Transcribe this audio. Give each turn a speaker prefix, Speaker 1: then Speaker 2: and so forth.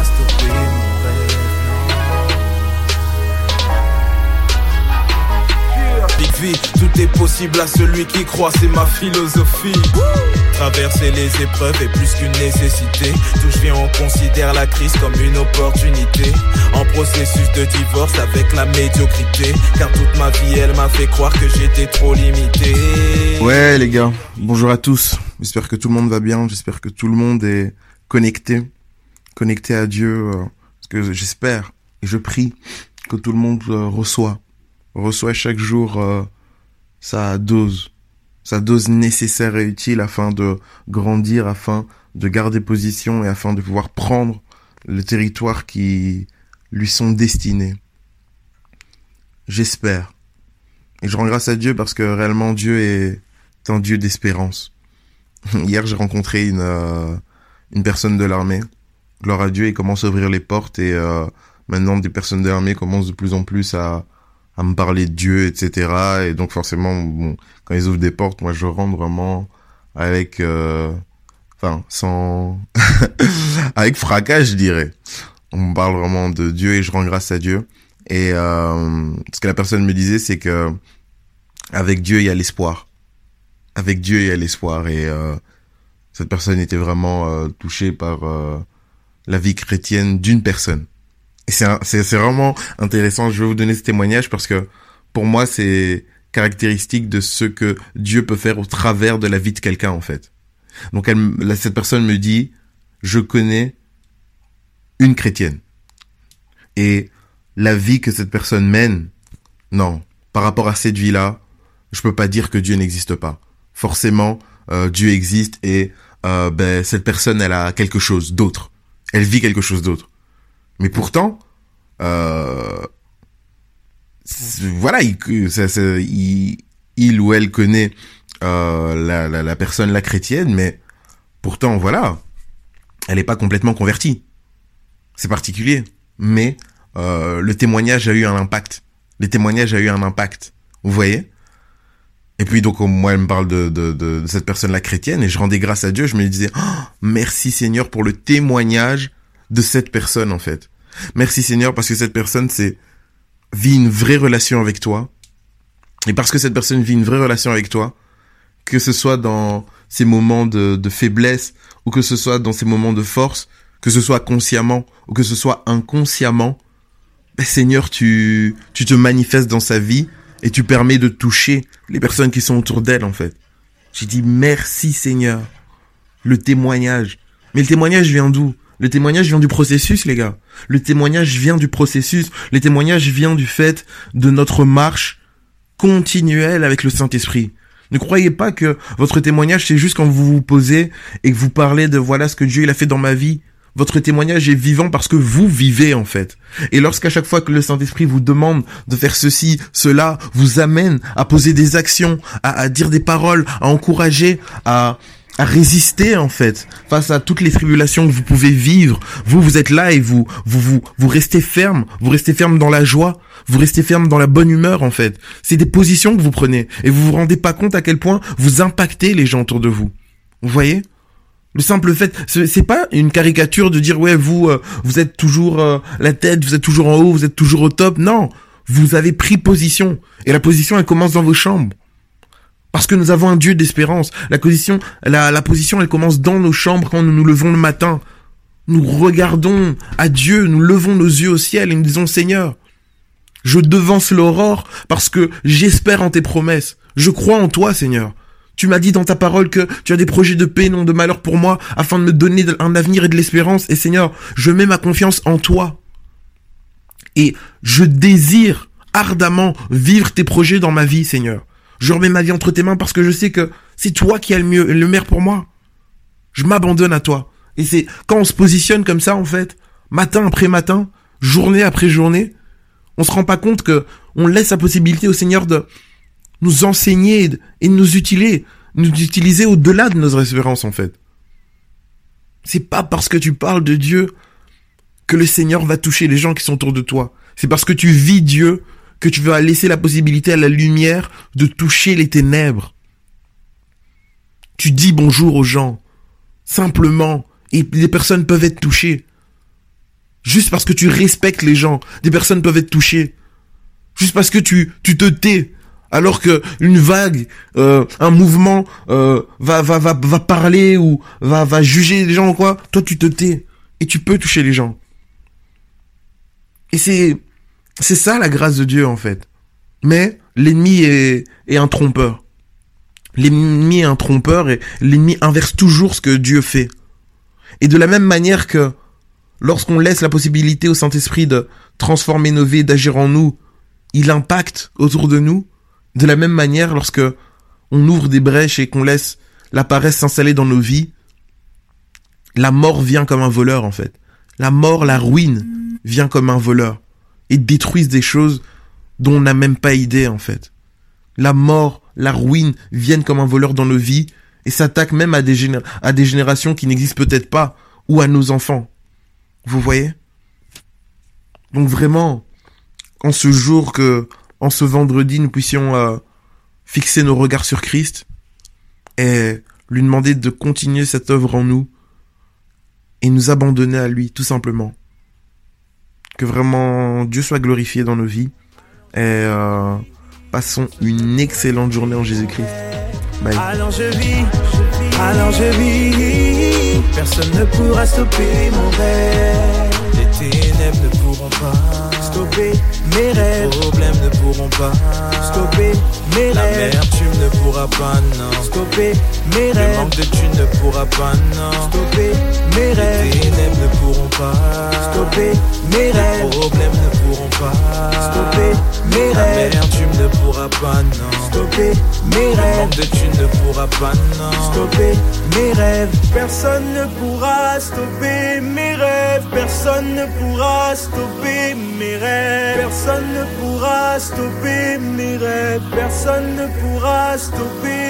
Speaker 1: stopper mon rêve, non. Big V, tout est possible à celui qui croit, c'est ma philosophie. Traverser les épreuves est plus qu'une nécessité. D'où je viens, on considère la crise comme une opportunité. En processus de divorce avec la médiocrité, car toute ma vie elle m'a fait croire que j'étais trop limité.
Speaker 2: Ouais les gars, bonjour à tous. J'espère que tout le monde va bien, j'espère que tout le monde est connecté à Dieu. Parce que j'espère et je prie que tout le monde reçoit chaque jour sa dose nécessaire et utile afin de grandir, afin de garder position et afin de pouvoir prendre le territoire qui lui sont destinés. J'espère. Et je rends grâce à Dieu parce que réellement Dieu est un Dieu d'espérance. Hier, j'ai rencontré une personne de l'armée. Gloire à Dieu, il commence à ouvrir les portes et maintenant des personnes de l'armée commencent de plus en plus à me parler de Dieu, etc. Et donc forcément, bon, quand ils ouvrent des portes, moi je rentre vraiment avec, sans, avec fracas, je dirais. On me parle vraiment de Dieu et je rends grâce à Dieu. Et ce que la personne me disait, c'est que avec Dieu, il y a l'espoir. Avec Dieu, il y a l'espoir. Et cette personne était vraiment touchée par la vie chrétienne d'une personne. Et c'est vraiment intéressant. Je vais vous donner ce témoignage parce que pour moi, c'est caractéristique de ce que Dieu peut faire au travers de la vie de quelqu'un, en fait. Donc cette personne me dit, je connais une chrétienne. Et la vie que cette personne mène, non, par rapport à cette vie-là, je peux pas dire que Dieu n'existe pas. Forcément, Dieu existe et cette personne, elle a quelque chose d'autre. Elle vit quelque chose d'autre. Mais pourtant, voilà, il ou elle connaît la personne, la chrétienne, mais pourtant, voilà, elle n'est pas complètement convertie. C'est particulier, mais le témoignage a eu un impact. Vous voyez? Et puis donc moi elle me parle de cette personne-là chrétienne et je rendais grâce à Dieu. Je me disais merci Seigneur pour le témoignage de cette personne en fait. Merci Seigneur parce que cette personne vit une vraie relation avec toi. Et parce que cette personne vit une vraie relation avec toi, que ce soit dans ces moments de faiblesse ou que ce soit dans ces moments de force, que ce soit consciemment ou que ce soit inconsciemment, Seigneur, tu te manifestes dans sa vie et tu permets de toucher les personnes qui sont autour d'elle en fait. J'ai dit merci Seigneur. Le témoignage. Mais le témoignage vient d'où? Le témoignage vient du processus, les gars. Le témoignage vient du processus. Le témoignage vient du fait de notre marche continuelle avec le Saint-Esprit. Ne croyez pas que votre témoignage, c'est juste quand vous vous posez et que vous parlez de voilà ce que Dieu il a fait dans ma vie. Votre témoignage est vivant parce que vous vivez, en fait. Et lorsqu'à chaque fois que le Saint-Esprit vous demande de faire ceci, cela, vous amène à poser des actions, à dire des paroles, à encourager, à résister en fait face à toutes les tribulations que vous pouvez vivre. Vous êtes là et vous restez ferme, dans la joie, vous restez ferme dans la bonne humeur en fait. C'est des positions que vous prenez et vous vous rendez pas compte à quel point vous impactez les gens autour de vous. Vous voyez? Le simple fait, c'est pas une caricature de dire ouais vous êtes toujours la tête, vous êtes toujours en haut, vous êtes toujours au top. Non, vous avez pris position et la position elle commence dans vos chambres. Parce que nous avons un Dieu d'espérance. La position, elle commence dans nos chambres quand nous nous levons le matin. Nous regardons à Dieu, nous levons nos yeux au ciel et nous disons Seigneur, je devance l'aurore parce que j'espère en tes promesses. Je crois en toi, Seigneur. Tu m'as dit dans ta parole que tu as des projets de paix, non de malheur pour moi, afin de me donner un avenir et de l'espérance. Et Seigneur, je mets ma confiance en toi. Et je désire ardemment vivre tes projets dans ma vie, Seigneur. Je remets ma vie entre tes mains parce que je sais que c'est toi qui as le mieux, le meilleur pour moi. Je m'abandonne à toi. Et c'est quand on se positionne comme ça, en fait, matin après matin, journée après journée, on se rend pas compte que on laisse la possibilité au Seigneur de nous enseigner et de nous utiliser au-delà de nos espérances, en fait. C'est pas parce que tu parles de Dieu que le Seigneur va toucher les gens qui sont autour de toi. C'est parce que tu vis Dieu que tu vas laisser la possibilité à la lumière de toucher les ténèbres. Tu dis bonjour aux gens, simplement, et les personnes peuvent être touchées. Juste parce que tu respectes les gens, des personnes peuvent être touchées. Juste parce que tu te tais, alors que une vague, un mouvement va parler ou va juger les gens ou quoi, toi tu te tais et tu peux toucher les gens. Et c'est ça la grâce de Dieu en fait. Mais l'ennemi est un trompeur. L'ennemi est un trompeur et l'ennemi inverse toujours ce que Dieu fait. Et de la même manière que lorsqu'on laisse la possibilité au Saint-Esprit de transformer nos vies, d'agir en nous, il impacte autour de nous. De la même manière, lorsque on ouvre des brèches et qu'on laisse la paresse s'installer dans nos vies, la mort vient comme un voleur en fait. La mort, la ruine vient comme un voleur et détruit des choses dont on n'a même pas idée en fait. La mort, la ruine viennent comme un voleur dans nos vies et s'attaquent même à des générations qui n'existent peut-être pas ou à nos enfants. Vous voyez ? Donc vraiment, en ce jour en ce vendredi, nous puissions fixer nos regards sur Christ et lui demander de continuer cette œuvre en nous et nous abandonner à lui, tout simplement. Que vraiment Dieu soit glorifié dans nos vies et passons une excellente journée en Jésus-Christ. Bye.
Speaker 1: Alors je vis, personne ne pourra stopper mon rêve. Les ténèbres ne pourront pas stopper mes rêves. Les problèmes ne pourront pas stopper mes rêves. L'amertume ne pourra pas, non, stopper mes rêves. Le manque de thunes ne pourra pas, non, stopper mes rêves. Les ténèbres ne pourront pas stopper mes rêves. Les problèmes ne pourront pas stopper mes rêves. L'amertume ne pourra pas, non, stopper mes rêves. Le manque de thunes ne pourra pas, non, stopper mes rêves. Personne ne pourra stopper mes rêves. Personne ne pourra stopper mes rêves. Personne ne pourra stopper mes rêves. Personne ne pourra stopper